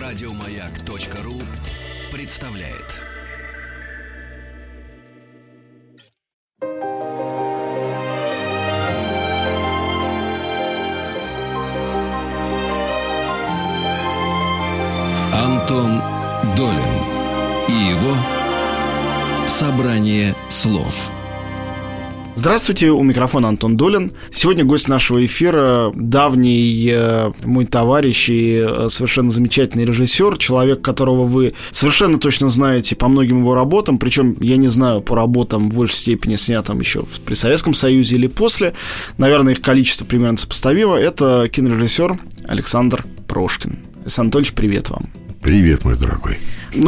Радиомаяк.ру представляет. Антон Долин и его собрание слов. Здравствуйте, у микрофона Антон Долин. Сегодня гость нашего эфира давний мой товарищ и совершенно замечательный режиссер, человек, которого вы совершенно точно знаете по многим его работам, причем я не знаю по работам в большей степени снятым еще при Советском Союзе или после, наверное, их количество примерно сопоставимо. Это кинорежиссер Александр Прошкин. Александр Анатольевич, привет вам. Привет, мой дорогой.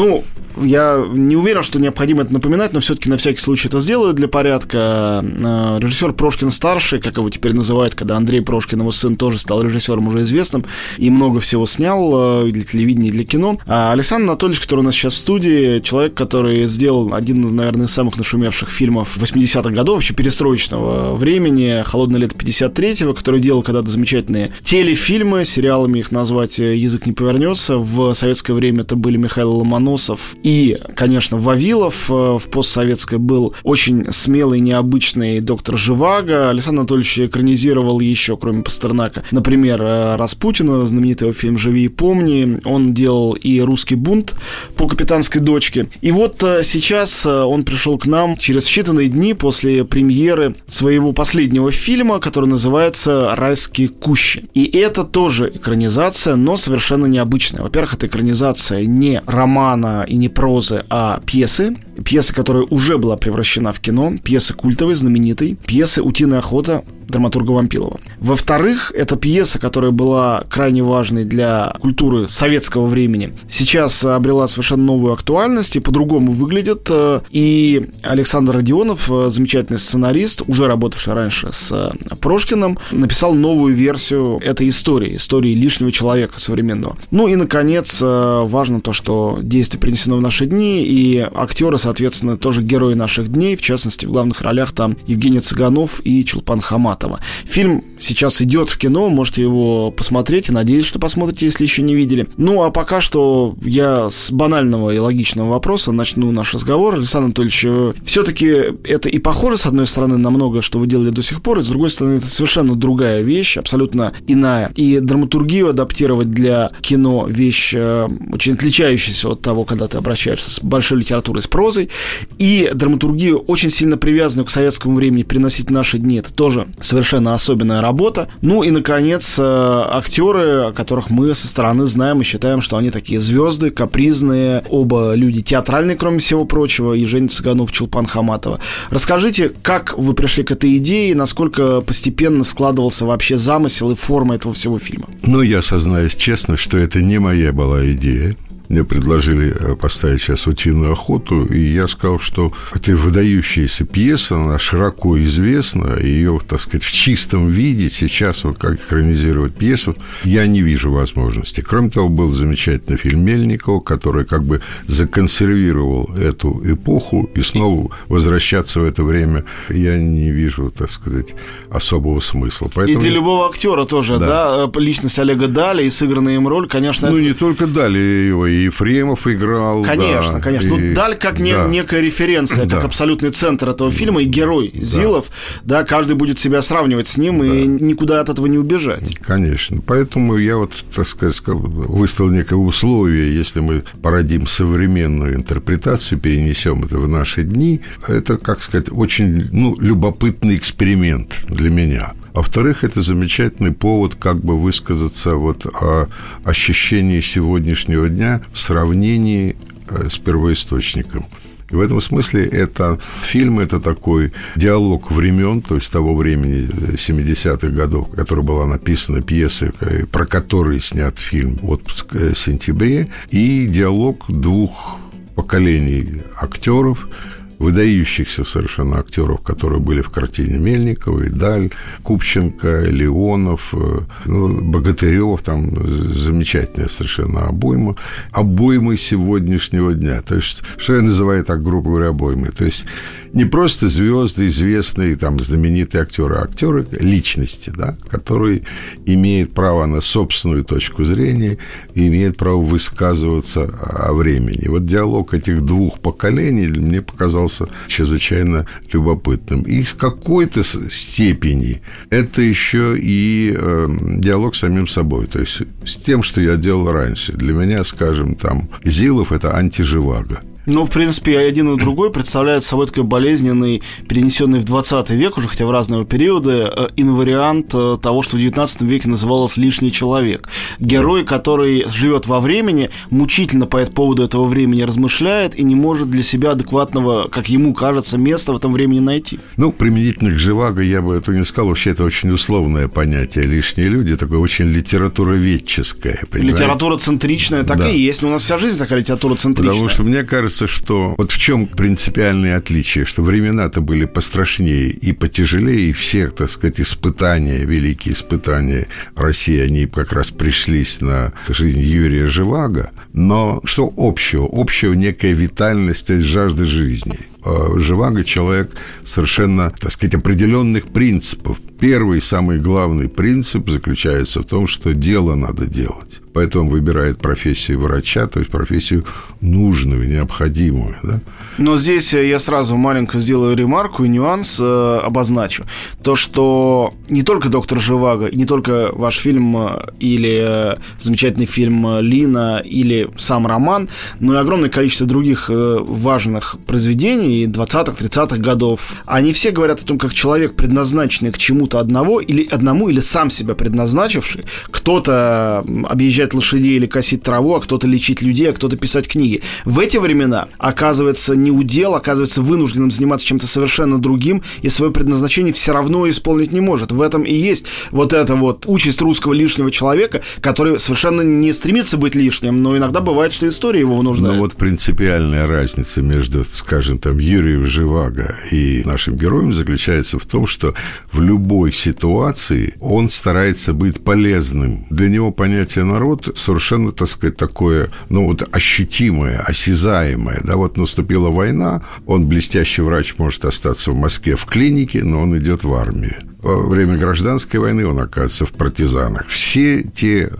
Я не уверен, что необходимо это напоминать, но все-таки на всякий случай это сделаю для порядка. Режиссер Прошкин-старший, как его теперь называют, когда Андрей Прошкин, его сын, тоже стал режиссером уже известным и много всего снял для телевидения и для кино. А Александр Анатольевич, который у нас сейчас в студии, человек, который сделал один, наверное, из самых нашумевших фильмов 80-х годов, вообще перестроечного времени, «Холодное лето 53-го», который делал когда-то замечательные телефильмы, сериалами их назвать язык не повернется. В советское время это были Михаил Ломоносов и, конечно, Вавилов. В постсоветское был очень смелый, необычный доктор Живаго. Александр Анатольевич экранизировал еще, кроме Пастернака, например, Распутина, знаменитый фильм «Живи и помни». Он делал и «Русский бунт» по «Капитанской дочке». И вот сейчас он пришел к нам через считанные дни после премьеры своего последнего фильма, который называется «Райские кущи». И это тоже экранизация, но совершенно необычная. Во-первых, это экранизация не романа и не прозы, а пьесы, которая уже была превращена в кино, пьесы культовой, знаменитой, пьесы «Утиная охота» драматурга Вампилова. Во-вторых, это пьеса, которая была крайне важной для культуры советского времени, сейчас обрела совершенно новую актуальность и по-другому выглядит. И Александр Родионов, замечательный сценарист, уже работавший раньше с Прошкиным, написал новую версию этой истории лишнего человека современного. И, наконец, важно то, что действие принесено в наши дни, и актеры, соответственно, тоже герои наших дней, в частности, в главных ролях там Евгений Цыганов и Чулпан Хаматова. Фильм сейчас идет в кино, можете его посмотреть, и надеюсь, что посмотрите, если еще не видели. А пока что я с банального и логичного вопроса начну наш разговор. Александр Анатольевич, все-таки это и похоже, с одной стороны, на многое, что вы делали до сих пор, и с другой стороны, это совершенно другая вещь, абсолютно иная. И драматургию адаптировать для кино вещь очень отличающаяся от того, когда ты обращаешься с большой литературой, с прозой, и драматургию, очень сильно привязанную к советскому времени, переносить в наши дни, это тоже совершенно особенная работа. И, наконец, актеры, о которых мы со стороны знаем и считаем, что они такие звезды, капризные, оба люди театральные, кроме всего прочего, Евгений Цыганов, Чулпан Хаматова. Расскажите, как вы пришли к этой идее, насколько постепенно складывался вообще замысел и форма этого всего фильма? Я сознаюсь честно, что это не моя была идея. Мне предложили поставить сейчас «Утиную охоту», и я сказал, что это выдающаяся пьеса, она широко известна, и ее, так сказать, в чистом виде сейчас, как экранизировать пьесу, я не вижу возможности. Кроме того, был замечательный фильм Мельникова, который как бы законсервировал эту эпоху, и снова возвращаться в это время я не вижу, так сказать, особого смысла. Поэтому... И для любого актера тоже, да? Личность Олега Даля и сыгранная им роль, конечно... не только Даля его, и Ефремов играл. Конечно, конечно. Даль как некая референция, как абсолютный центр этого фильма, и герой Зилов, каждый будет себя сравнивать с ним, и никуда от этого не убежать. Конечно. Поэтому я так сказать, выставил некое условие, если мы породим современную интерпретацию, перенесем это в наши дни, это, как сказать, очень любопытный эксперимент для меня. Во-вторых, это замечательный повод как бы высказаться о ощущении сегодняшнего дня в сравнении с первоисточником. И в этом смысле фильм – это такой диалог времен, то есть того времени 70-х годов, в которой была написана пьеса, про которую снят фильм «Отпуск в сентябре», и диалог двух поколений актеров, выдающихся совершенно актеров, которые были в картине Мельникова, и Даль, Купченко, Леонов, Богатырев, там замечательная совершенно обойма. Обоймы сегодняшнего дня. То есть, что я называю так, грубо говоря, обоймой? То есть, не просто звезды, известные, там, знаменитые актеры, а актеры личности, да, которые имеют право на собственную точку зрения и имеют право высказываться о времени. Вот диалог этих двух поколений мне показался чрезвычайно любопытным. И с какой-то степени это еще и диалог с самим собой, то есть с тем, что я делал раньше. Для меня, скажем, там, Зилов – это антиживаго. Ну, в принципе, и один, и другой представляют собой такой болезненный, перенесенный в 20 век уже, хотя в разные периоды, инвариант того, что в 19 веке называлось «лишний человек». Герой, который живет во времени, мучительно по поводу этого времени размышляет и не может для себя адекватного, как ему кажется, места в этом времени найти. Ну, применительно к Живаго я бы это не сказал. Вообще, это очень условное понятие «лишние люди», такое очень литературоведческое. Литература-центричная, так и есть. Но у нас вся жизнь такая литература-центричная. Потому что мне кажется, что вот в чем принципиальное отличие, что времена-то были пострашнее и потяжелее, и все, так сказать, испытания, великие испытания России, они как раз пришлись на жизнь Юрия Живаго, но что общего? Общего некая витальность, жажда жизни. Живаго человек совершенно, так сказать, определенных принципов. Первый, самый главный принцип заключается в том, что дело надо делать. Поэтому он выбирает профессию врача, то есть профессию нужную, необходимую. Да? Но здесь я сразу маленько сделаю ремарку и нюанс обозначу. То, что не только «Доктор Живаго», и не только ваш фильм или замечательный фильм «Лина», или сам роман, но и огромное количество других важных произведений 20-х, 30-х годов. Они все говорят о том, как человек, предназначенный к чему-то одному, или сам себя предназначивший, кто-то объезжать лошадей или косить траву, а кто-то лечить людей, а кто-то писать книги. В эти времена оказывается неудел, оказывается вынужденным заниматься чем-то совершенно другим, и свое предназначение все равно исполнить не может. В этом и есть вот эта вот участь русского лишнего человека, который совершенно не стремится быть лишним, но иногда бывает, что история его вынуждает. Ну вот принципиальная разница между, скажем, там, Юрием Живаго и нашим героем заключается в том, что в любой ситуации он старается быть полезным. Для него понятие «народ» совершенно, так сказать, такое, ощутимое, осязаемое. Да, вот наступила война, он, блестящий врач, может остаться в Москве в клинике, но он идет в армию. Во время гражданской войны он оказывается в партизанах. Все те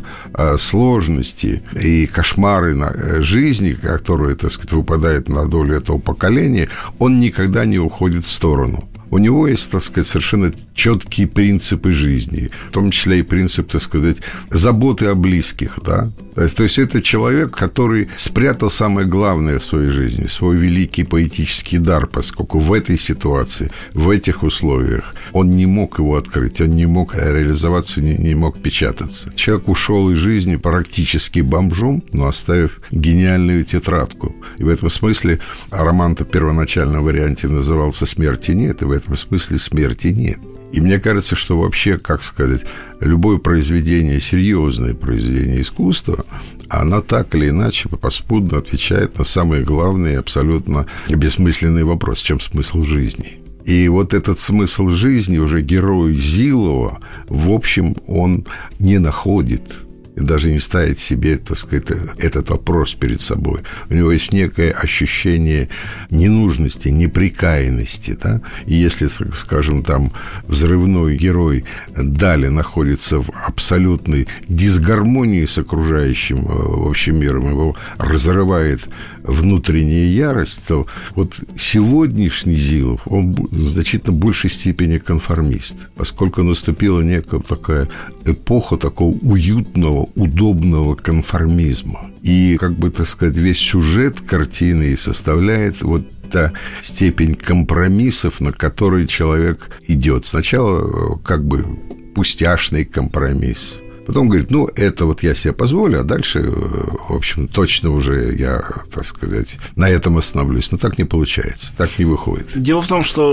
сложности и кошмары жизни, которые, так сказать, выпадают на долю этого поколения, он никогда не уходит в сторону. У него есть, так сказать, совершенно четкие принципы жизни, в том числе и принцип, так сказать, заботы о близких, да. То есть это человек, который спрятал самое главное в своей жизни, свой великий поэтический дар, поскольку в этой ситуации, в этих условиях он не мог его открыть, он не мог реализоваться, не мог печататься. Человек ушел из жизни практически бомжом, но оставив гениальную тетрадку. И в этом смысле роман-то в первоначальном варианте назывался «Смерти нет», и в этом смысле смерти нет. И мне кажется, что вообще, как сказать, любое произведение, серьезное произведение искусства, оно так или иначе поспудно отвечает на самый главный, абсолютно бессмысленный вопрос: в чем смысл жизни? И вот этот смысл жизни уже герой Зилова, в общем, он не находит. И даже не ставит себе, так сказать, этот вопрос перед собой. У него есть некое ощущение ненужности, неприкаянности. Да? И если, скажем, там взрывной герой Даля находится в абсолютной дисгармонии с окружающим вообще миром, его разрывает внутренняя ярость, то вот сегодняшний Зилов, он в значительно большей степени конформист, поскольку наступила некая такая эпоха такого уютного, удобного конформизма. И, как бы, так сказать, весь сюжет картины составляет вот та степень компромиссов, на которые человек идет. Сначала как бы пустяшный компромисс, Потом говорит, ну, это вот я себе позволю, а дальше, в общем, точно уже я, так сказать, на этом остановлюсь. Но так не получается, так не выходит. Дело в том, что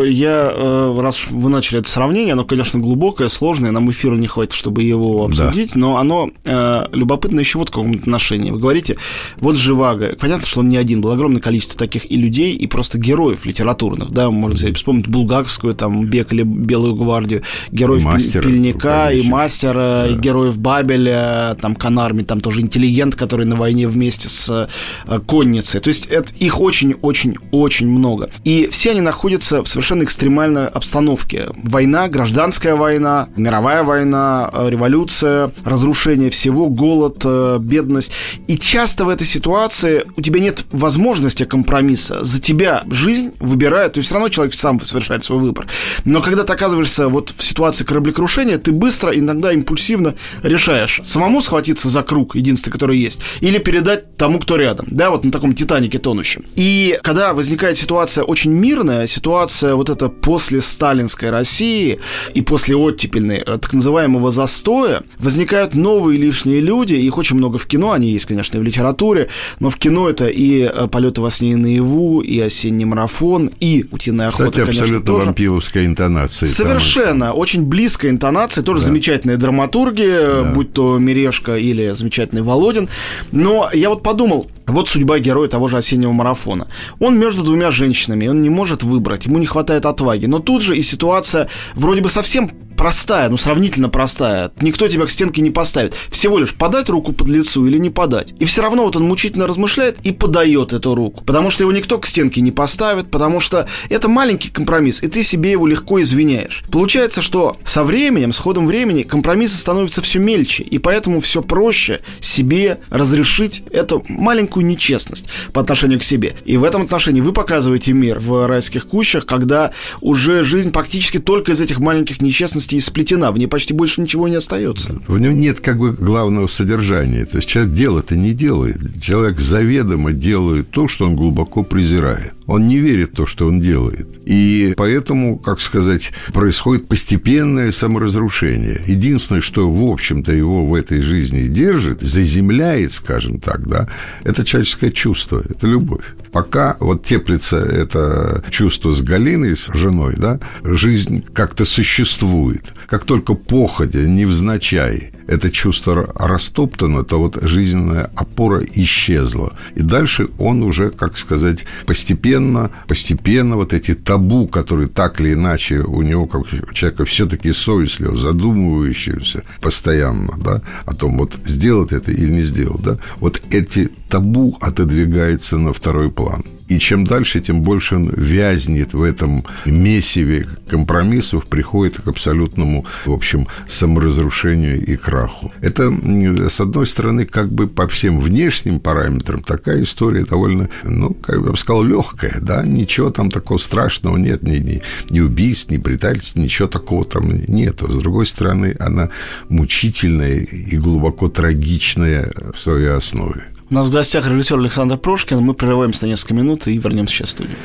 раз вы начали это сравнение, оно, конечно, глубокое, сложное, нам эфира не хватит, чтобы его обсудить, да. Но оно любопытно еще вот в каком отношении. Вы говорите, вот Живаго, понятно, что он не один, было огромное количество таких и людей, и просто героев литературных, да, можно себе вспомнить Булгаковскую, там, Бег или Белую гвардию, героев Пельника и Мастера, да. И героев Бабеля, там, Канарми, там тоже интеллигент, который на войне вместе с конницей. То есть их очень-очень-очень много. И все они находятся в совершенно экстремальной обстановке. Война, гражданская война, мировая война, революция, разрушение всего, голод, бедность. И часто в этой ситуации у тебя нет возможности компромисса. За тебя жизнь выбирает, то есть все равно человек сам совершает свой выбор. Но когда ты оказываешься вот в ситуации кораблекрушения, ты быстро, иногда импульсивно решаешь самому схватиться за круг, единственный, который есть, или передать тому, кто рядом, да, вот на таком Титанике тонущем. И когда возникает ситуация очень мирная, ситуация вот эта после сталинской России и после оттепельной, так называемого застоя, возникают новые лишние люди, их очень много в кино, они есть, конечно, и в литературе, но в кино это и «Полеты во сне и наяву», и «Осенний марафон», и «Утиная охота», кстати, конечно, абсолютно тоже. вампировская интонация. Совершенно, там. Очень близкая интонация, тоже да. Замечательные драматурги, да. Будь то Мережко или замечательный Володин. Но я вот подумал, вот судьба героя того же «Осеннего марафона». Он между двумя женщинами, он не может выбрать, ему не хватает отваги. Но тут же и ситуация вроде бы совсем простая, ну, сравнительно простая. Никто тебя к стенке не поставит. Всего лишь подать руку подлецу или не подать. И все равно вот он мучительно размышляет и подает эту руку. Потому что его никто к стенке не поставит, потому что это маленький компромисс, и ты себе его легко извиняешь. Получается, что со временем, с ходом времени, компромиссы становятся все мельче, и поэтому все проще себе разрешить эту маленькую нечестность по отношению к себе. И в этом отношении вы показываете мир в «Райских кущах», когда уже жизнь практически только из этих маленьких нечестностей сплетена, в ней почти больше ничего не остается. В нем нет как бы главного содержания. То есть человек дело-то не делает. Человек заведомо делает то, что он глубоко презирает. Он не верит в то, что он делает. И поэтому, как сказать, происходит постепенное саморазрушение. Единственное, что, в общем-то, его в этой жизни держит, заземляет, скажем так, да, это человеческое чувство, это любовь. Пока вот теплится это чувство с Галиной, с женой, да, жизнь как-то существует. Как только походя, невзначай, это чувство растоптано, то вот жизненная опора исчезла. И дальше он уже, как сказать, постепенно вот эти табу, которые так или иначе у него, как у человека, все-таки совестливо, задумывающегося постоянно, да, о том, вот сделать это или не сделать, да, вот эти табу отодвигаются на второй план. И чем дальше, тем больше он вязнет в этом месиве компромиссов, приходит к абсолютному, в общем, саморазрушению и краху. Это, с одной стороны, как бы по всем внешним параметрам такая история довольно, ну, как бы я бы сказал, легкая, да, ничего там такого страшного нет, ни убийств, ни предательств, ничего такого там нету. С другой стороны, она мучительная и глубоко трагичная в своей основе. У нас в гостях режиссер Александр Прошкин. Мы прерываемся на несколько минут и вернемся сейчас в студию.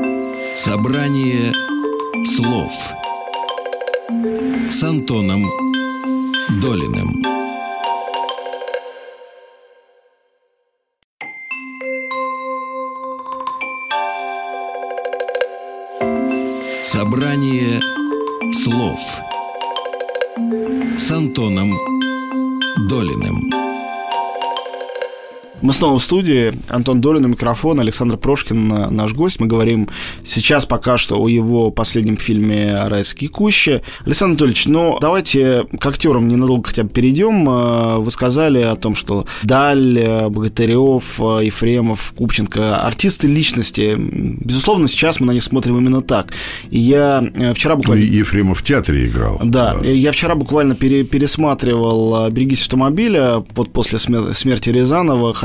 Собрание слов с Антоном Долиным. Собрание слов с Антоном Долиным. Мы снова в студии. Антон Долин у микрофона, Александр Прошкин наш гость. Мы говорим сейчас пока что о его последнем фильме «Райские кущи». Александр Анатольевич, ну, давайте к актерам ненадолго хотя бы перейдем. Вы сказали о том, что Даль, Богатырев, Ефремов, Купченко – артисты личности. Безусловно, сейчас мы на них смотрим именно так. И я вчера буквально... Ефремов в театре играл. Да. Я вчера буквально пересматривал «Берегись автомобиля» после смерти Рязанова,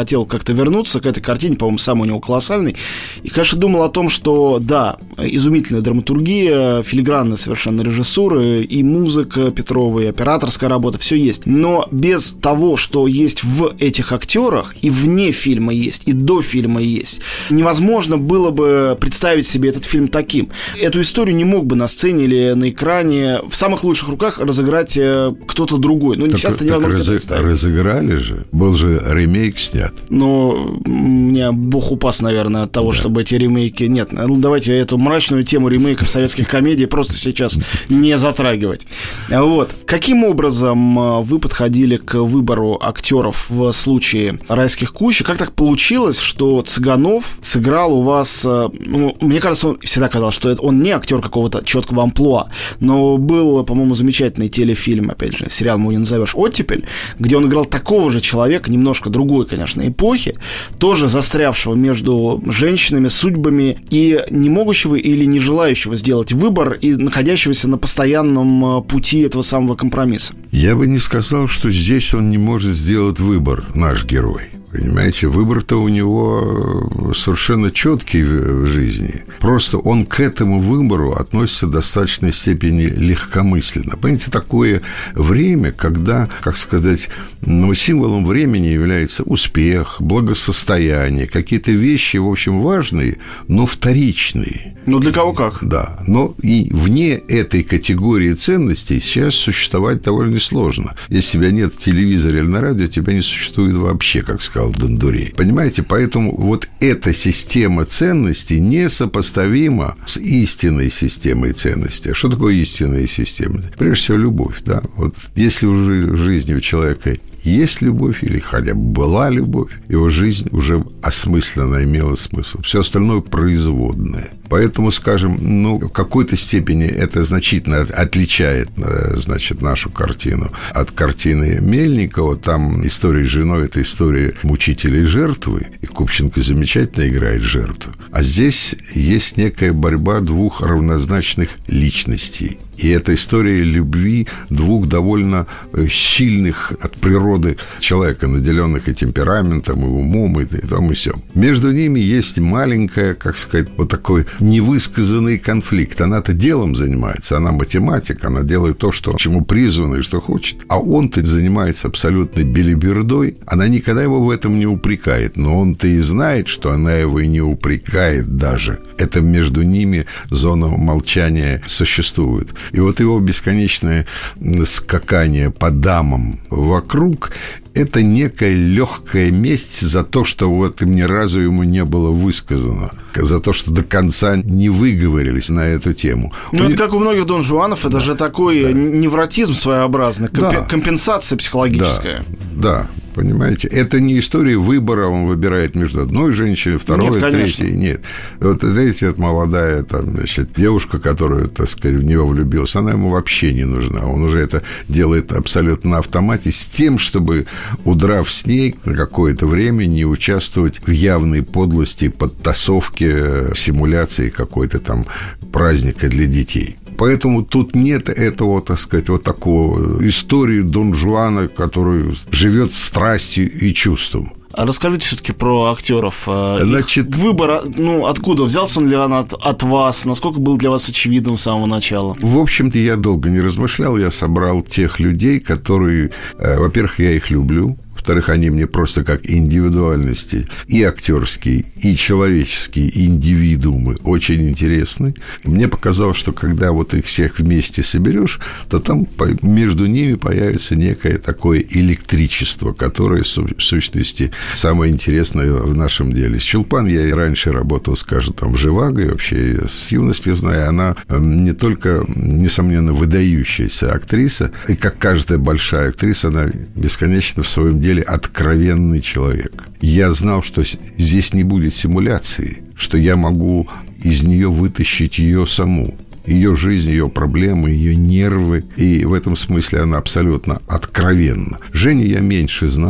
хотел как-то вернуться к этой картине, по-моему, самый у него колоссальный. И, конечно, думал о том, что, да, изумительная драматургия, филигранная совершенно режиссура, и музыка Петрова, и операторская работа, все есть. Но без того, что есть в этих актерах, и вне фильма есть, и до фильма есть, невозможно было бы представить себе этот фильм таким. Эту историю не мог бы на сцене или на экране в самых лучших руках разыграть кто-то другой. Ну, часто невозможно себе представить. Разыграли же. Был же ремейк снят. Ну, у меня бог упас, наверное, от того, чтобы эти ремейки... Нет, ну, давайте эту мрачную тему ремейков советских комедий просто сейчас не затрагивать. Вот. Каким образом вы подходили к выбору актеров в случае «Райских кущ»? Как так получилось, что Цыганов сыграл у вас... Ну, мне кажется, он всегда казалось, что он не актер какого-то четкого амплуа, но был, по-моему, замечательный телефильм, опять же, сериал «Му не назовешь оттепель», где он играл такого же человека, немножко другой, конечно, эпохи, тоже застрявшего между женщинами, судьбами и не могущего или не желающего сделать выбор и находящегося на постоянном пути этого самого компромисса. Я бы не сказал, что здесь он не может сделать выбор, наш герой. Понимаете, выбор-то у него совершенно четкий в жизни. Просто он к этому выбору относится в достаточной степени легкомысленно. Понимаете, такое время, когда, как сказать, символом времени является успех, благосостояние, какие-то вещи, в общем, важные, но вторичные. Ну, для кого как. Да, но и вне этой категории ценностей сейчас существовать довольно сложно. Если тебя нет в телевизоре или на радио, тебя не существует вообще, как сказал Дондурей. Понимаете, поэтому вот эта система ценностей несопоставима с истинной системой ценностей. А что такое истинная система? Прежде всего, любовь, да. Вот если уже в жизни у человека есть любовь или хотя бы была любовь, его жизнь уже осмысленно имела смысл. Все остальное производное. Поэтому, скажем, в какой-то степени это значительно отличает, значит, нашу картину от картины Мельникова. Там история с женой – это история мучителей жертвы, и Купченко замечательно играет жертву. А здесь есть некая борьба двух равнозначных личностей. И это история любви двух довольно сильных от природы человека, наделенных и темпераментом, и умом, и том, и сём. Между ними есть маленькая, как сказать, вот такой невысказанный конфликт. Она-то делом занимается, она математик, она делает то, чему призвана и что хочет. А он-то занимается абсолютной белибердой. Она никогда его в этом не упрекает. Но он-то и знает, что она его и не упрекает даже. Это между ними зона молчания существует. И вот его бесконечное скакание по дамам вокруг – это некая легкая месть за то, что вот им ни разу ему не было высказано, за то, что до конца не выговорились на эту тему. Ну, это как у многих Дон Жуанов, это же такой невротизм своеобразный, компенсация психологическая. Да. Понимаете, это не история выбора, он выбирает между одной женщиной, второй, третьей. Нет. Вот, знаете, это молодая там, значит, девушка, которая, так сказать, в него влюбилась, она ему вообще не нужна. Он уже это делает абсолютно на автомате с тем, чтобы, удрав с ней на какое-то время, не участвовать в явной подлости, подтасовке, симуляции какой-то там праздника для детей. Поэтому тут нет этого, так сказать, вот такого истории Дон Жуана, который живет страстью и чувством. А расскажите все-таки про актеров. Значит, выбор, откуда? Взялся он ли он от вас? Насколько был для вас очевидным с самого начала? В общем-то, я долго не размышлял. Я собрал тех людей, которые... Во-первых, я их люблю. Во-вторых, они мне просто как индивидуальности и актерские, и человеческие индивидуумы очень интересны. Мне показалось, что когда вот их всех вместе соберешь, то там между ними появится некое такое электричество, которое, в сущности, самое интересное в нашем деле. С Чулпан я и раньше работал, скажем, там, в «Живаго», и вообще с юности знаю, она не только, несомненно, выдающаяся актриса, и как каждая большая актриса, она бесконечно в своем деле откровенный человек. Я знал, что здесь не будет симуляции, что я могу из нее вытащить ее саму. Ее жизнь, ее проблемы, ее нервы. И в этом смысле она абсолютно откровенна. Женю я меньше знал.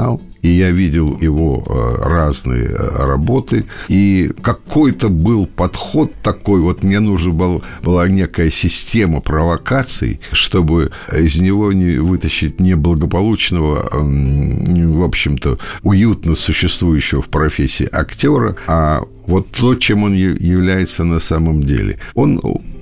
и я видел его разные работы, и какой-то был подход такой, вот мне нужна была некая система провокаций, чтобы из него не вытащить неблагополучного, в общем-то, уютно существующего в профессии актера, а вот то, чем он является на самом деле. Он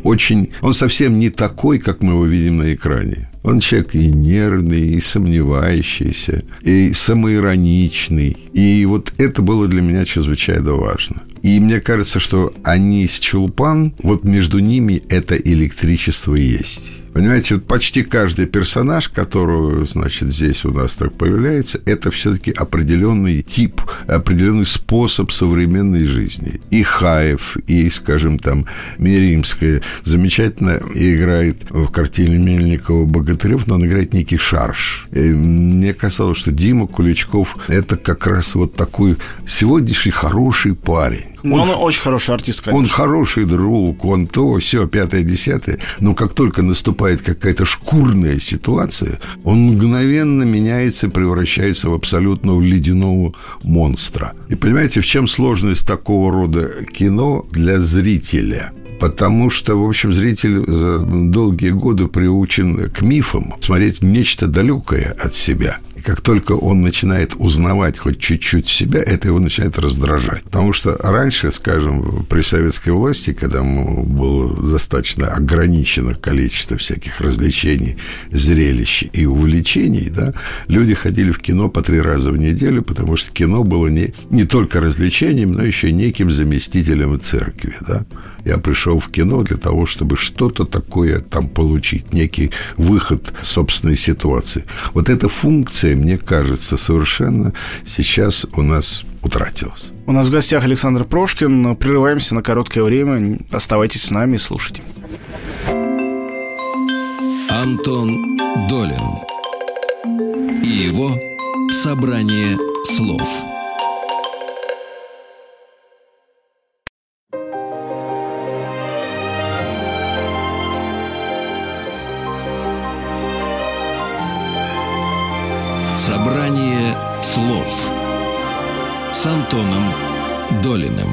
совсем не такой, как мы его видим на экране. Он человек и нервный, и сомневающийся, и самоироничный. И вот это было для меня чрезвычайно важно. И мне кажется, что они с Чулпан, вот между ними это электричество есть. Понимаете, вот почти каждый персонаж, который, значит, здесь у нас так появляется, это все-таки определенный тип, определенный способ современной жизни. И Хаев, и, скажем, там, Меримская замечательно играет в картине Мельникова «Богатырев», но он играет некий шарж. И мне казалось, что Дима Куличков – это как раз вот такой сегодняшний хороший парень. Он очень хороший артист, конечно. Он хороший друг, он то, все, 5-10. Но как только наступает какая-то шкурная ситуация, он мгновенно меняется и превращается в абсолютно ледяного монстра. И понимаете, в чем сложность такого рода кино для зрителя? Потому что, в общем, зритель за долгие годы приучен к мифам, смотреть нечто далекое от себя. И как только он начинает узнавать хоть чуть-чуть себя, это его начинает раздражать. Потому что раньше, скажем, при советской власти, когда было достаточно ограничено количество всяких развлечений, зрелищ и увлечений, да, люди ходили в кино по 3 раза в неделю, потому что кино было не только развлечением, но еще и неким заместителем церкви, да. Я пришел в кино для того, чтобы что-то такое там получить, некий выход собственной ситуации. Вот эта функция, мне кажется, совершенно сейчас у нас утратилась. У нас в гостях Александр Прошкин. Прерываемся на короткое время. Оставайтесь с нами и слушайте. Антон Долин и его собрание слов. Собрание слов с Антоном Долиным.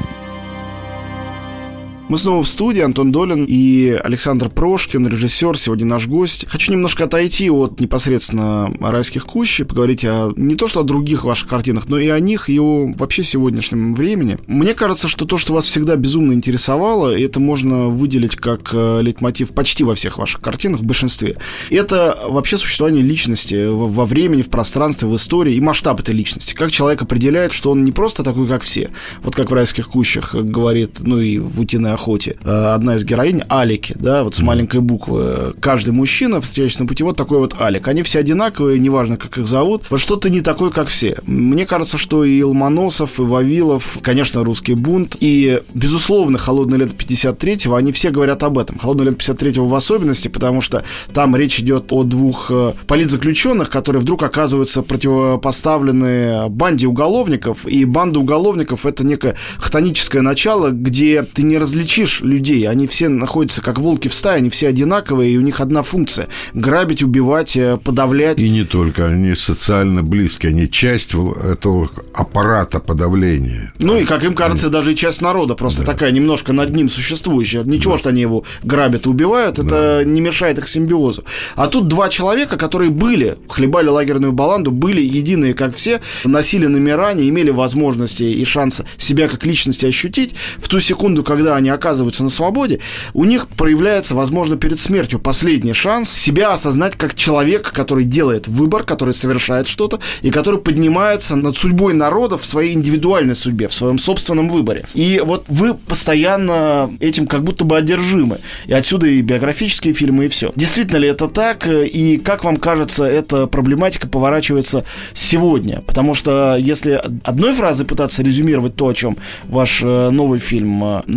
Мы снова в студии. Антон Долин и Александр Прошкин, режиссер, сегодня наш гость. Хочу немножко отойти от непосредственно «Райских кущ» и поговорить не то что о других ваших картинах, но и о них, и о вообще сегодняшнем времени. Мне кажется, что то, что вас всегда безумно интересовало, и это можно выделить как лейтмотив почти во всех ваших картинах, в большинстве, это вообще существование личности во времени, в пространстве, в истории и масштаб этой личности. Как человек определяет, что он не просто такой, как все. Вот как в «Райских кущах» говорит, ну и в «Утиной охоте» одна из героинь, Алики, да, вот с маленькой буквы. Каждый мужчина, встречный на пути, вот такой вот Алик. Они все одинаковые, неважно, как их зовут. Вот что-то не такой, как все. Мне кажется, что и Ломоносов, и Вавилов, конечно, «Русский бунт», и, безусловно, «Холодное лето 53-го», они все говорят об этом. «Холодное лето 53-го» в особенности, потому что там речь идет о 2 политзаключенных, которые вдруг оказываются противопоставлены банде уголовников, и банда уголовников — это некое хтоническое начало, где ты не различишь людей, они все находятся как волки в стае, они все одинаковые, и у них одна функция – грабить, убивать, подавлять. И не только, они социально близкие, они часть этого аппарата подавления. Ну и, как им кажется, даже и часть народа, просто такая немножко над ним существующая. Ничего, что они его грабят и убивают, это не мешает их симбиозу. А тут 2 человека, которые хлебали лагерную баланду, были единые, как все, носили номера, не имели возможности и шанса себя как личности ощутить. В ту секунду, когда они оказываются на свободе, у них проявляется, возможно, перед смертью последний шанс себя осознать как человек, который делает выбор, который совершает что-то и который поднимается над судьбой народа в своей индивидуальной судьбе, в своем собственном выборе. И вот вы постоянно этим как будто бы одержимы. И отсюда и биографические фильмы, и все. Действительно ли это так? И как вам кажется, эта проблематика поворачивается сегодня? Потому что если одной фразой пытаться резюмировать то, о чем ваш новый фильм, я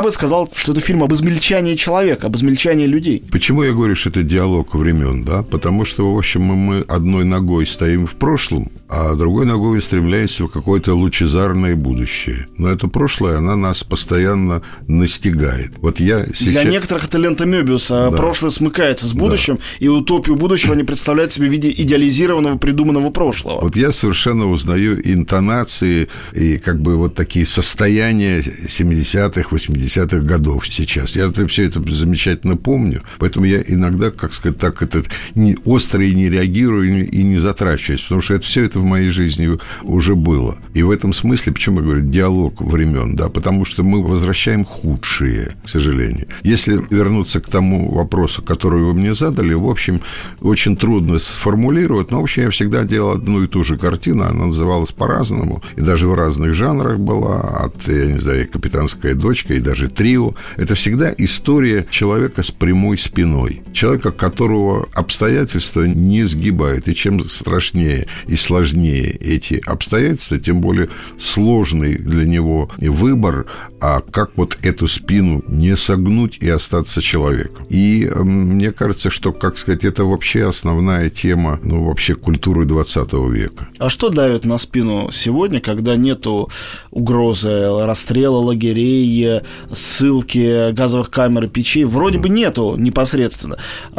Я бы сказал, что это фильм об измельчании человека, об измельчании людей. Почему я говорю, что это диалог времен, да? Потому что, в общем, мы одной ногой стоим в прошлом, а другой ногой стремляемся в какое-то лучезарное будущее. Но это прошлое, оно нас постоянно настигает. Вот я сейчас... Для некоторых это лента Мёбиуса. Да. Прошлое смыкается с будущим, и утопию будущего они представляют себе в виде идеализированного, придуманного прошлого. Вот я совершенно узнаю интонации и как бы вот такие состояния 70-х, 80-х годов сейчас. Я все это замечательно помню, поэтому я иногда, как сказать так, это не остро и не реагирую, и не затрачиваюсь, потому что все это в моей жизни уже было. И в этом смысле, почему я говорю, диалог времен, да, потому что мы возвращаем худшие, к сожалению. Если вернуться к тому вопросу, который вы мне задали, в общем, очень трудно сформулировать, но, в общем, я всегда делал одну и ту же картину, она называлась по-разному, и даже в разных жанрах была, от, я не знаю, «Капитанская дочка», и даже «Трио». Это всегда история человека с прямой спиной, человека, которого обстоятельства не сгибают, и чем страшнее и сложнее эти обстоятельства, тем более сложный для него выбор, а как вот эту спину не согнуть и остаться человеком. И мне кажется, что, как сказать, это вообще основная тема, ну, вообще культуры 20 века. А что давит на спину сегодня, когда нету угрозы расстрела лагерей, ссылки, газовых камер и печей? Вроде бы нету непосредственно.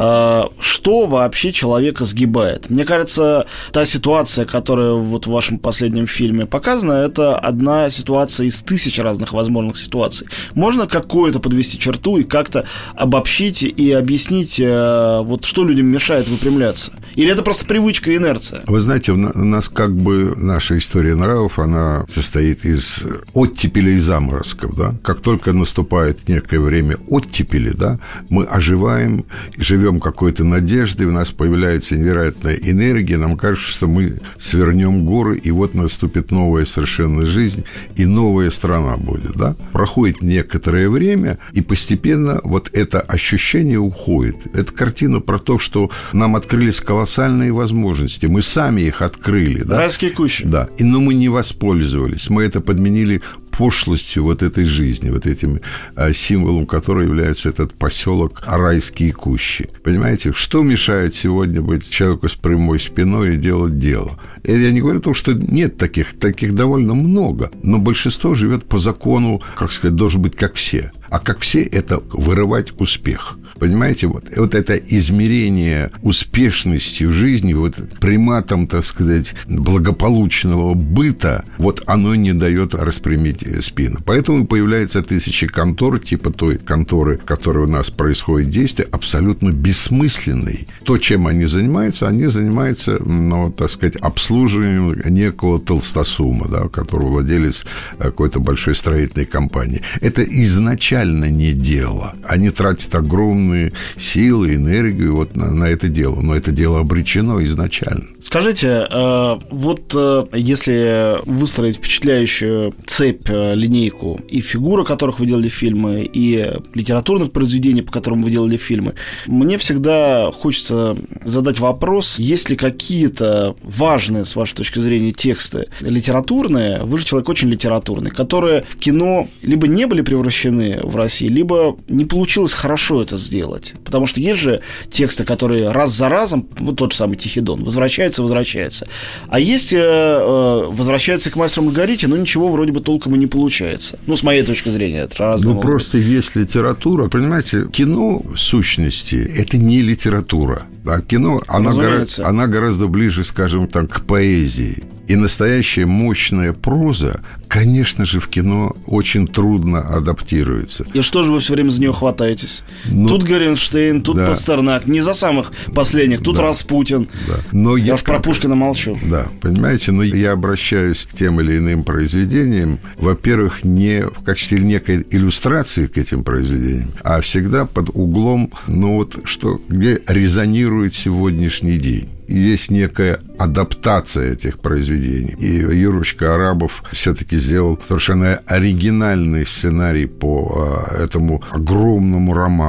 Что вообще человека сгибает? Мне кажется, та ситуация, которая вот в вашем последнем фильме показана, это одна ситуация из тысяч разных возможных ситуаций. Можно какую-то подвести черту и как-то обобщить и объяснить, вот что людям мешает выпрямляться? Или это просто привычка и инерция? Вы знаете, у нас как бы наша история нравов, она состоит из оттепелей и заморозков, да? Как только наступает некое время оттепели, да, мы оживаем, живем какой-то надеждой, у нас появляется невероятная энергия, нам кажется, что мы свернем горы, и вот наступит новая совершенно жизнь, и новая страна будет, да? Проходит некоторое время, и постепенно вот это ощущение уходит. Это картина про то, что нам открылись колоссальные возможности, мы сами их открыли, да? Райские кущи. Да, но мы не воспользовались, мы это подменили пошлостью вот этой жизни, вот этим символом, которой является этот поселок Райские кущи. Понимаете, что мешает сегодня быть человеку с прямой спиной и делать дело? Я не говорю о том, что нет таких довольно много, но большинство живет по закону, как сказать, должен быть как все. А как все – это вырывать успех. Понимаете, вот это измерение успешностью жизни, вот приматом, так сказать, благополучного быта, вот оно не дает распрямить спину. Поэтому появляются тысячи контор, типа той конторы, в которой у нас происходит действие, абсолютно бессмысленной. То, чем они занимаются, ну, так сказать, обслуживанием некого толстосума, да, который владелец какой-то большой строительной компании. Это изначально не дело. Они тратят огромные силы, энергию вот на это дело. Но это дело обречено изначально. Скажите, вот если выстроить впечатляющую цепь, линейку и фигур, о которых вы делали фильмы, и литературных произведений, по которым вы делали фильмы, мне всегда хочется задать вопрос, есть ли какие-то важные, с вашей точки зрения, тексты литературные, вы же человек очень литературный, которые в кино либо не были превращены в России, либо не получилось хорошо это сделать. Потому что есть же тексты, которые раз за разом, вот тот же самый «Тихий Дон», возвращается. А есть возвращается к «Мастеру и Маргарите», но ничего вроде бы толком и не получается. Ну, с моей точки зрения, это разное. Ну, просто есть литература. Понимаете, кино, в сущности, это не литература. А кино, она гораздо ближе, скажем так, к поэзии. И настоящая мощная проза, конечно же, в кино очень трудно адаптируется. И что же вы все время за нее хватаетесь? Тут Горенштейн, тут Пастернак. Не за самых последних, тут Распутин. Да. Но я уж про Пушкина молчу. Да, понимаете, но я обращаюсь к тем или иным произведениям, во-первых, не в качестве некой иллюстрации к этим произведениям, а всегда под углом, ну вот, где резонирует сегодняшний день. И есть некая адаптация этих произведений. И Юрочка Арабов все-таки сделал совершенно оригинальный сценарий по этому огромному роману.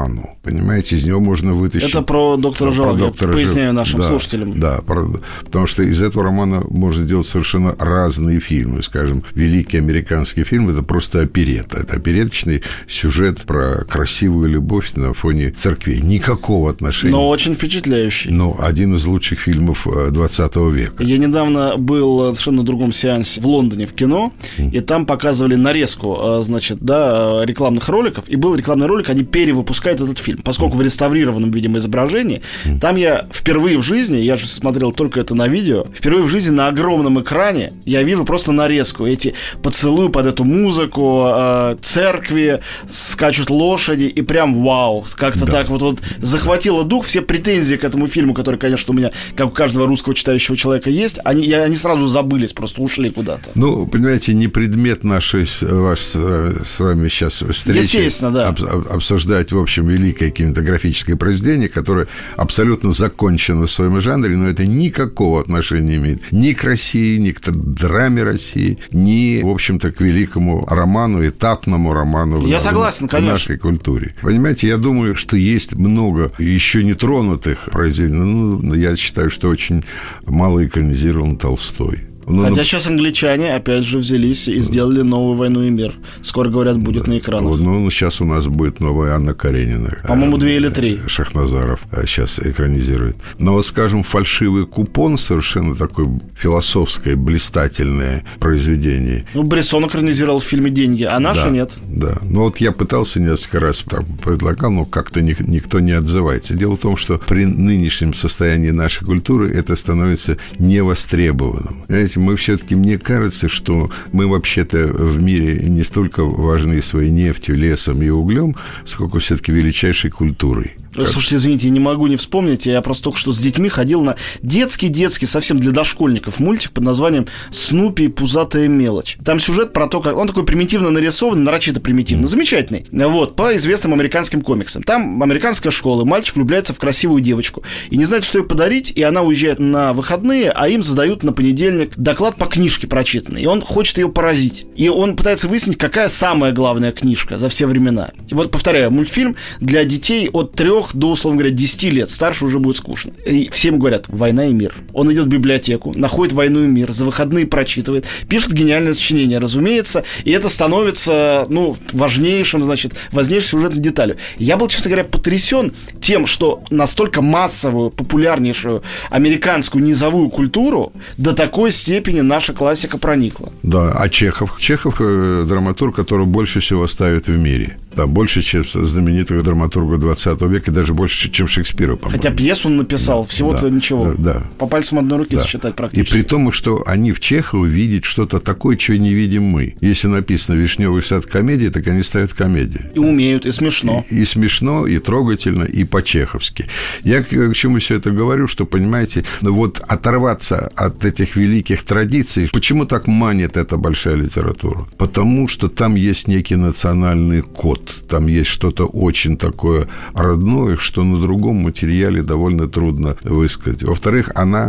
Понимаете, из него можно вытащить... Это про доктора Живаго, я поясняю нашим слушателям. Да, потому что из этого романа можно сделать совершенно разные фильмы. Скажем, великий американский фильм – это просто оперетта. Это опереточный сюжет про красивую любовь на фоне церквей. Никакого отношения. Но очень впечатляющий. Но один из лучших фильмов 20 века. Я недавно был в совершенно другом сеансе в Лондоне в кино, и там показывали нарезку, значит, да, рекламных роликов. И был рекламный ролик, они перевыпускают этот фильм. Поскольку в реставрированном, видимо, изображении, там я впервые в жизни, я же смотрел только это на видео, впервые в жизни на огромном экране я вижу просто нарезку. Эти поцелуи под эту музыку, церкви, скачут лошади, и прям вау. Как-то так вот захватило дух. Все претензии к этому фильму, которые, конечно, у меня, как у каждого русского читающего человека есть, они сразу забылись, просто ушли куда-то. Ну, понимаете, не предмет нашей с вами сейчас встречи. Естественно, да. Обсуждать, в общем, великое кинематографическое произведение, которое абсолютно закончено в своем жанре, но это никакого отношения не имеет ни к России, ни к драме России, ни, в общем-то, к великому роману, этапному роману в нашей культуре. Понимаете, я думаю, что есть много еще не тронутых произведений. Ну, я считаю, что очень мало экранизирован Толстой. Хотя сейчас англичане опять же взялись и сделали новую «Войну и мир». Скоро, говорят, будет на экранах. Ну, сейчас у нас будет новая Анна Каренина. По-моему, 2 или 3. Шахназаров сейчас экранизирует. Но вот, скажем, «Фальшивый купон» совершенно такое философское, блистательное произведение. Ну, Брессон экранизировал в фильме «Деньги», а наши нет. Да. Ну, вот я пытался несколько раз, предлагал, но как-то никто не отзывается. Дело в том, что при нынешнем состоянии нашей культуры это становится невостребованным. Знаете, мы все-таки, мне кажется, что мы вообще-то в мире не столько важны своей нефтью, лесом и углем, сколько все-таки величайшей культурой. Слушайте, извините, я не могу не вспомнить. Я просто только что с детьми ходил на детский, совсем для дошкольников мультик под названием «Снупи и пузатая мелочь». Там сюжет про то, как... Он такой примитивно нарисованный, нарочито примитивно, замечательный. Вот, по известным американским комиксам. Там американская школа, мальчик влюбляется в красивую девочку и не знает, что ей подарить, и она уезжает на выходные, а им задают на понедельник доклад по книжке прочитанной. И он хочет ее поразить. И он пытается выяснить, какая самая главная книжка за все времена. И вот, повторяю, мультфильм для детей от 3 до, условно говоря, 10 лет. Старше уже будет скучно. И всем говорят: «Война и мир». Он идет в библиотеку, находит «Войну и мир», за выходные прочитывает, пишет гениальное сочинение, разумеется, и это становится, важнейшим сюжетной деталью. Я был, честно говоря, потрясен тем, что настолько массовую, популярнейшую американскую низовую культуру до такой степени наша классика проникла. Да, а Чехов? Чехов – драматург, который больше всего ставит в мире. Да, больше, чем знаменитых драматургов 20 века, и даже больше, чем Шекспира, по-моему. Хотя пьесу он написал, всего-то ничего. Да. По пальцам одной руки сосчитать практически. И при том, что они в Чехове видят что-то такое, чего не видим мы. Если написано «Вишневый сад» комедия, так они ставят комедию. И умеют, и смешно. И смешно, и трогательно, и по-чеховски. Я к чему все это говорю, что, понимаете, вот оторваться от этих великих традиций. Почему так манит эта большая литература? Потому что там есть некий национальный код. Там есть что-то очень такое родное, что на другом материале довольно трудно высказать. Во-вторых, она,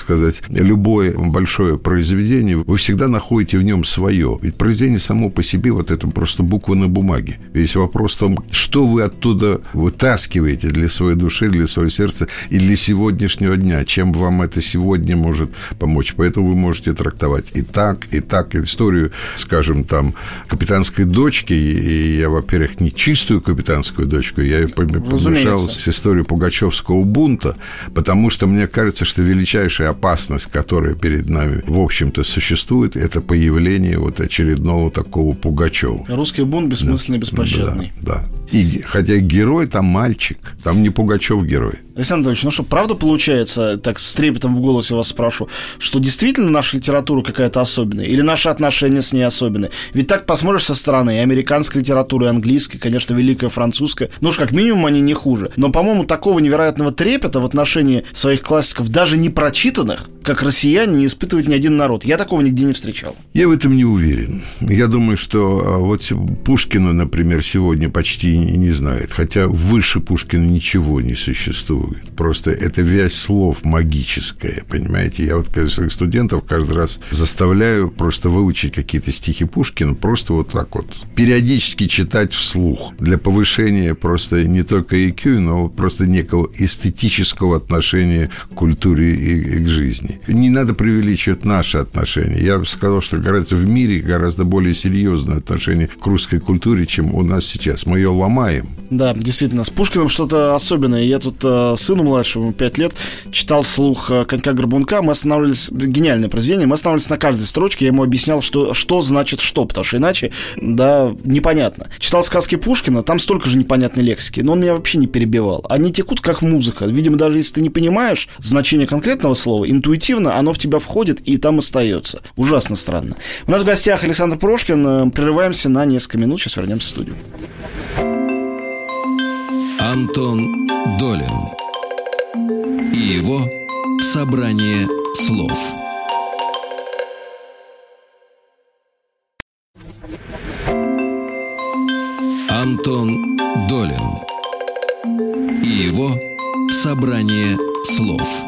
любое большое произведение, вы всегда находите в нем свое. Ведь произведение само по себе, вот это просто буквы на бумаге. Весь вопрос в том, что вы оттуда вытаскиваете для своей души, для своего сердца и для сегодняшнего дня, чем вам это сегодня может помочь. Поэтому вы можете трактовать и так историю, скажем, там, капитанской дочки, и я, во-первых, не чистую капитанскую дочку, я ее помешал с историей пугачевского бунта, потому что мне кажется, что величайшая опасность, которая перед нами, в общем-то, существует, это появление вот очередного такого Пугачева. Русский бунт бессмысленный, беспощадный. Да. И хотя герой там мальчик, там не Пугачев герой. Александр Анатольевич, что, правда получается, так с трепетом в голосе вас спрошу, что действительно наша литература какая-то особенная? Или наши отношения с ней особенные? Ведь так посмотришь со стороны, и американская литература, и английская, конечно, великая французская, как минимум они не хуже. Но, по-моему, такого невероятного трепета в отношении своих классиков, даже не прочитанных, как россияне, не испытывает ни один народ. Я такого нигде не встречал. Я в этом не уверен. Я думаю, что вот Пушкина, например, сегодня почти не знает, хотя выше Пушкина ничего не существует. существует. Просто это вязь слов магическая, понимаете? Я вот своих студентов каждый раз заставляю просто выучить какие-то стихи Пушкина, просто вот так вот. Периодически читать вслух для повышения просто не только IQ, но просто некого эстетического отношения к культуре и к жизни. Не надо преувеличивать наши отношения. Я бы сказал, что в мире гораздо более серьезное отношение к русской культуре, чем у нас сейчас. Мы ее ломаем. Да, действительно, с Пушкиным что-то особенное. Я тут сыну младшему, 5 лет, читал вслух «Конька-горбунка». Мы останавливались, гениальное произведение, мы останавливались на каждой строчке. Я ему объяснял, что значит что, потому что иначе, да, непонятно. Читал сказки Пушкина, там столько же непонятной лексики, но он меня вообще не перебивал. Они текут как музыка. Видимо, даже если ты не понимаешь значение конкретного слова, интуитивно оно в тебя входит и там остается. Ужасно странно. У нас в гостях Александр Прошкин. Прерываемся на несколько минут. Сейчас вернемся в студию. Антон Долин и его собрание слов. Антон Долин и его собрание слов.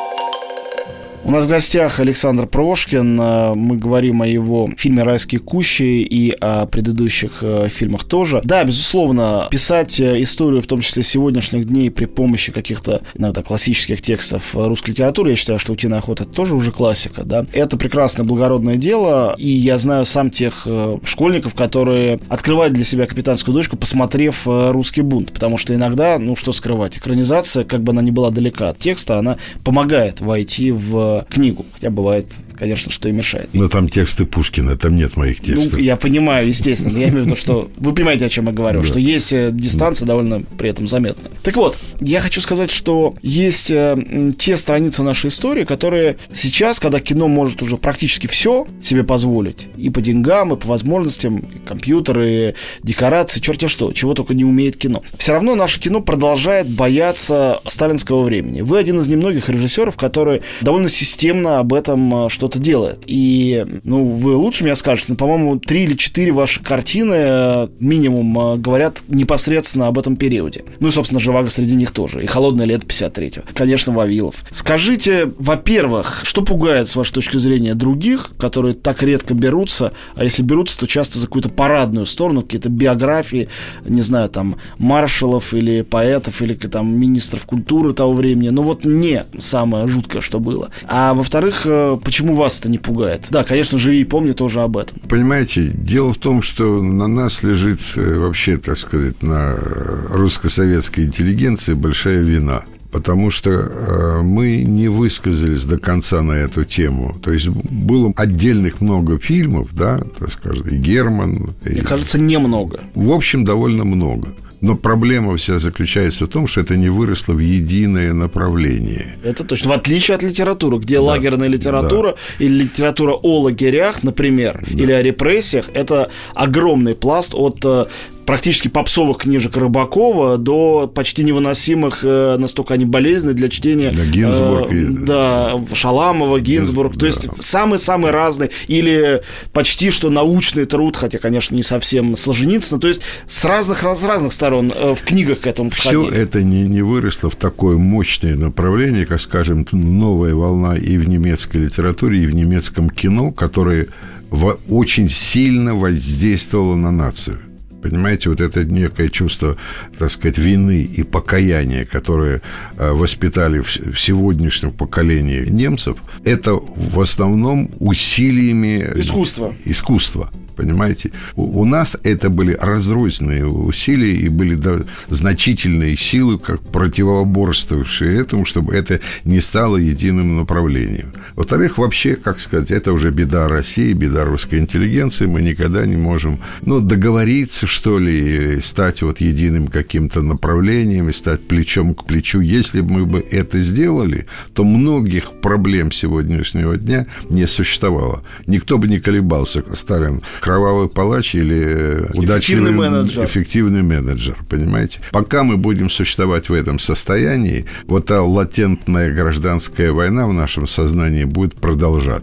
У нас в гостях Александр Прошкин. Мы говорим о его фильме «Райские кущи» и о предыдущих фильмах тоже. Да, безусловно, писать историю, в том числе сегодняшних дней, при помощи каких-то иногда классических текстов русской литературы, я считаю, что «Утиная охота» — это тоже уже классика, да. Это прекрасное, благородное дело, и я знаю сам тех школьников, которые открывают для себя «Капитанскую дочку», посмотрев «Русский бунт», потому что иногда, ну что скрывать, экранизация, как бы она ни была далека от текста, она помогает войти в книгу, хотя бывает, конечно, что и мешает. Но там тексты Пушкина, там нет моих текстов. Ну, я понимаю, естественно. Я имею в виду, что вы понимаете, о чем я говорю, что есть дистанция довольно при этом заметная. Так вот, я хочу сказать, что есть те страницы нашей истории, которые сейчас, когда кино может уже практически все себе позволить, и по деньгам, и по возможностям, и компьютеры, и декорации, черти что, чего только не умеет кино. Все равно наше кино продолжает бояться сталинского времени. Вы один из немногих режиссеров, который довольно системно об этом что-то делает. И, ну, вы лучше меня скажете, но, по-моему, 3 или 4 ваши картины минимум говорят непосредственно об этом периоде. Ну и, собственно, «Живаго» среди них тоже. И «Холодное лето» 53-го. Конечно, Вавилов. Скажите, во-первых, что пугает, с вашей точки зрения, других, которые так редко берутся, а если берутся, то часто за какую-то парадную сторону, какие-то биографии, не знаю, там, маршалов или поэтов, или там министров культуры того времени. Ну вот не самое жуткое, что было. А во-вторых, почему вас это не пугает? Да, конечно, «Живи и помни» тоже об этом. Понимаете, дело в том, что на нас лежит вообще, так сказать, на русско-советской интеллигенции большая вина. Потому что мы не высказались до конца на эту тему. То есть было отдельных много фильмов, да, так скажем, и Герман. Мне кажется, немного. В общем, довольно много. Но проблема вся заключается в том, что это не выросло в единое направление. Это точно. В отличие от литературы, где лагерная литература или литература о лагерях, например, или о репрессиях, это огромный пласт от практически попсовых книжек Рыбакова до почти невыносимых, настолько они болезненны для чтения. Да, Гинзбург. Да, Шаламова, Гинзбург. То есть самый-самый разный. Или почти что научный труд, хотя, конечно, не совсем Солженицына. То есть с разных сторон в книгах к этому подходили. Все это не выросло в такое мощное направление, как, скажем, новая волна и в немецкой литературе, и в немецком кино, которое очень сильно воздействовало на нацию. Понимаете, вот это некое чувство, так сказать, вины и покаяния, которое воспитали в сегодняшнем поколении немцев, это в основном усилиями искусства. Понимаете? У нас это были разрозненные усилия и были значительные силы, как противоборствовавшие этому, чтобы это не стало единым направлением. Во-вторых, вообще, как сказать, это уже беда России, беда русской интеллигенции. Мы никогда не можем, договориться, что ли, или стать вот единым каким-то направлением и стать плечом к плечу. Если бы мы бы это сделали, то многих проблем сегодняшнего дня не существовало. Никто бы не колебался. Сталин кровавый палач или удачливый эффективный менеджер, понимаете? Пока мы будем существовать в этом состоянии, вот та латентная гражданская война в нашем сознании будет продолжаться.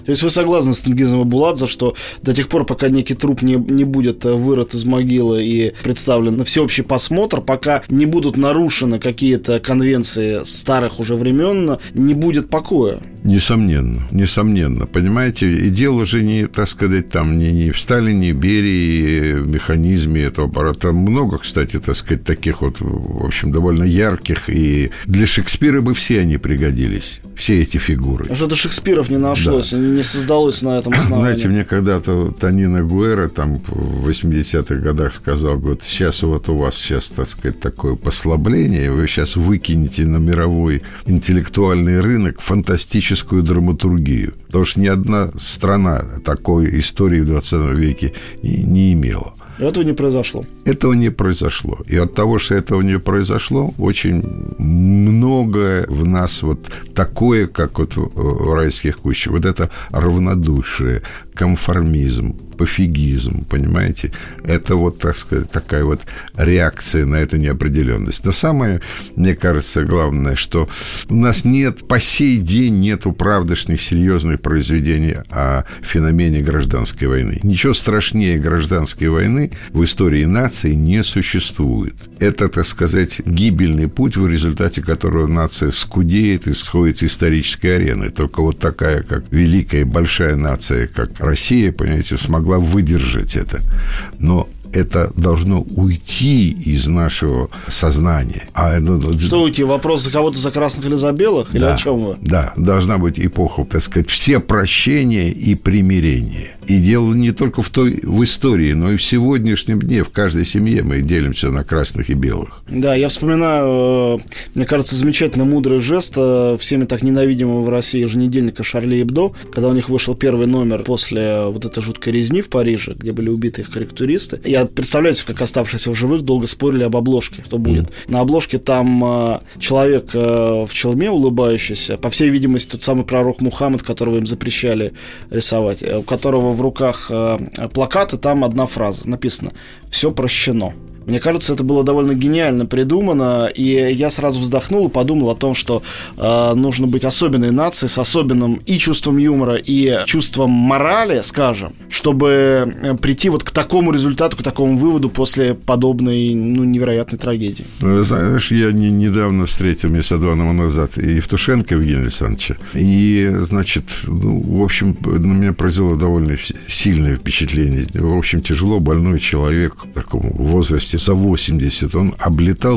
То есть вы согласны с Тенгизом Абуладзе, что до тех пор, пока некий труп не будет вырыт из могилы и представлен на всеобщий просмотр, пока не будут нарушены какие-то конвенции старых уже времен, не будет покоя? Несомненно. Понимаете, и дело уже не, так сказать, там, не в Сталине, Берии, в механизме этого аппарата. Много, кстати, так сказать, таких вот, в общем, довольно ярких. И для Шекспира бы все они пригодились. Все эти фигуры. А что-то Шекспиров не нашлось, да. Не создалось на этом основании. Знаете, мне когда-то Тонино Гуэра там в 80-х годах сказал, говорит, сейчас вот у вас сейчас, так сказать, такое послабление, вы сейчас выкинете на мировой интеллектуальный рынок фантастическую драматургию. Потому что ни одна страна такой истории в 20 веке не имела. Этого не произошло. Этого не произошло. И от того, что этого не произошло, очень многое в нас вот такое, как вот в «Райских кущах». Вот это равнодушие, конформизм, пофигизм, понимаете? Это вот, так сказать, такая вот реакция на эту неопределенность. Но самое, мне кажется, главное, что у нас нет, по сей день нет управдошних серьезных произведений о феномене гражданской войны. Ничего страшнее гражданской войны в истории нации не существует. Это, так сказать, гибельный путь, в результате которого нация скудеет и сходит с исторической арены. Только вот такая, как великая большая нация, как Россия, понимаете, смогла выдержать это. Но это должно уйти из нашего сознания. Что уйти? Вопрос за кого-то, за красных или за белых? Или о чем вы? Да, должна быть эпоха, так сказать, все прощения и примирения. И дело не только в истории, но и в сегодняшнем дне. В каждой семье мы делимся на красных и белых. Да, я вспоминаю, мне кажется, замечательно мудрый жест всеми так ненавидимого в России еженедельника «Шарли Эбдо», когда у них вышел первый номер после вот этой жуткой резни в Париже, где были убиты их корректуристы. Я, представляете, как оставшиеся в живых долго спорили об обложке, что будет. На обложке там человек в челме улыбающийся, по всей видимости, тот самый пророк Мухаммад, которого им запрещали рисовать, у которого в руках плакат, и там одна фраза написано: «Все прощено». Мне кажется, это было довольно гениально придумано, и я сразу вздохнул и подумал о том, что нужно быть особенной нацией, с особенным и чувством юмора, и чувством морали, скажем, чтобы прийти вот к такому результату, к такому выводу после подобной, невероятной трагедии. Знаешь, я недавно встретил месяца два назад Евтушенко Евгения Александровича, и, значит, в общем, на меня произвело довольно сильное впечатление. В общем, тяжело больной человек в таком возрасте, за 80, он облетал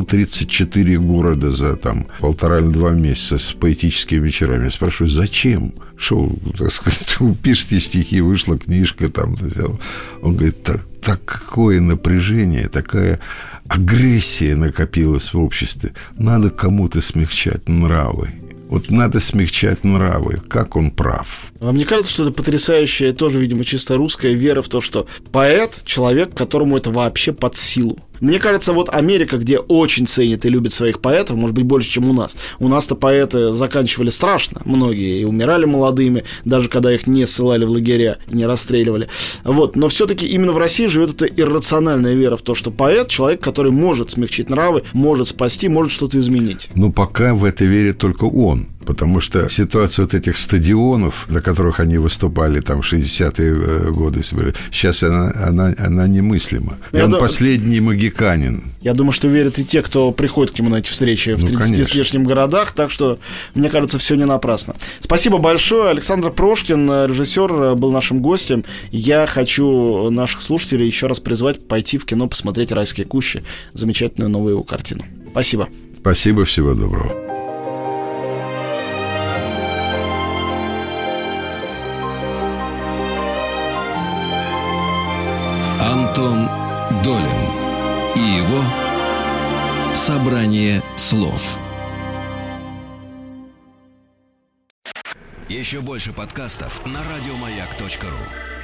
34 города за там 1,5-2 месяца с поэтическими вечерами. Я спрашиваю, зачем? Что, так сказать, вы пишете стихи, вышла книжка там. Он говорит, такое напряжение, такая агрессия накопилась в обществе. Надо кому-то смягчать нравы. Вот надо смягчать нравы. Как он прав. Мне кажется, что это потрясающая, тоже, видимо, чисто русская вера в то, что поэт – человек, которому это вообще под силу. Мне кажется, вот Америка, где очень ценит и любит своих поэтов, может быть, больше, чем у нас. У нас-то поэты заканчивали страшно, многие, и умирали молодыми, даже когда их не ссылали в лагеря и не расстреливали. Вот. Но все-таки именно в России живет эта иррациональная вера в то, что поэт – человек, который может смягчить нравы, может спасти, может что-то изменить. Но пока в это верит только он. Потому что ситуация вот этих стадионов, на которых они выступали там в 60-е годы, сейчас она немыслима. Он последний магиканин. Я думаю, что верят и те, кто приходит к нему на эти встречи в 30 с лишним городах, так что, мне кажется, все не напрасно. Спасибо большое. Александр Прошкин, режиссер, был нашим гостем. Я хочу наших слушателей еще раз призвать пойти в кино, посмотреть «Райские кущи», замечательную новую его картину. Спасибо. Спасибо, всего доброго. Антон Долин и его собрание слов. Еще больше подкастов на радиомаяк.ру.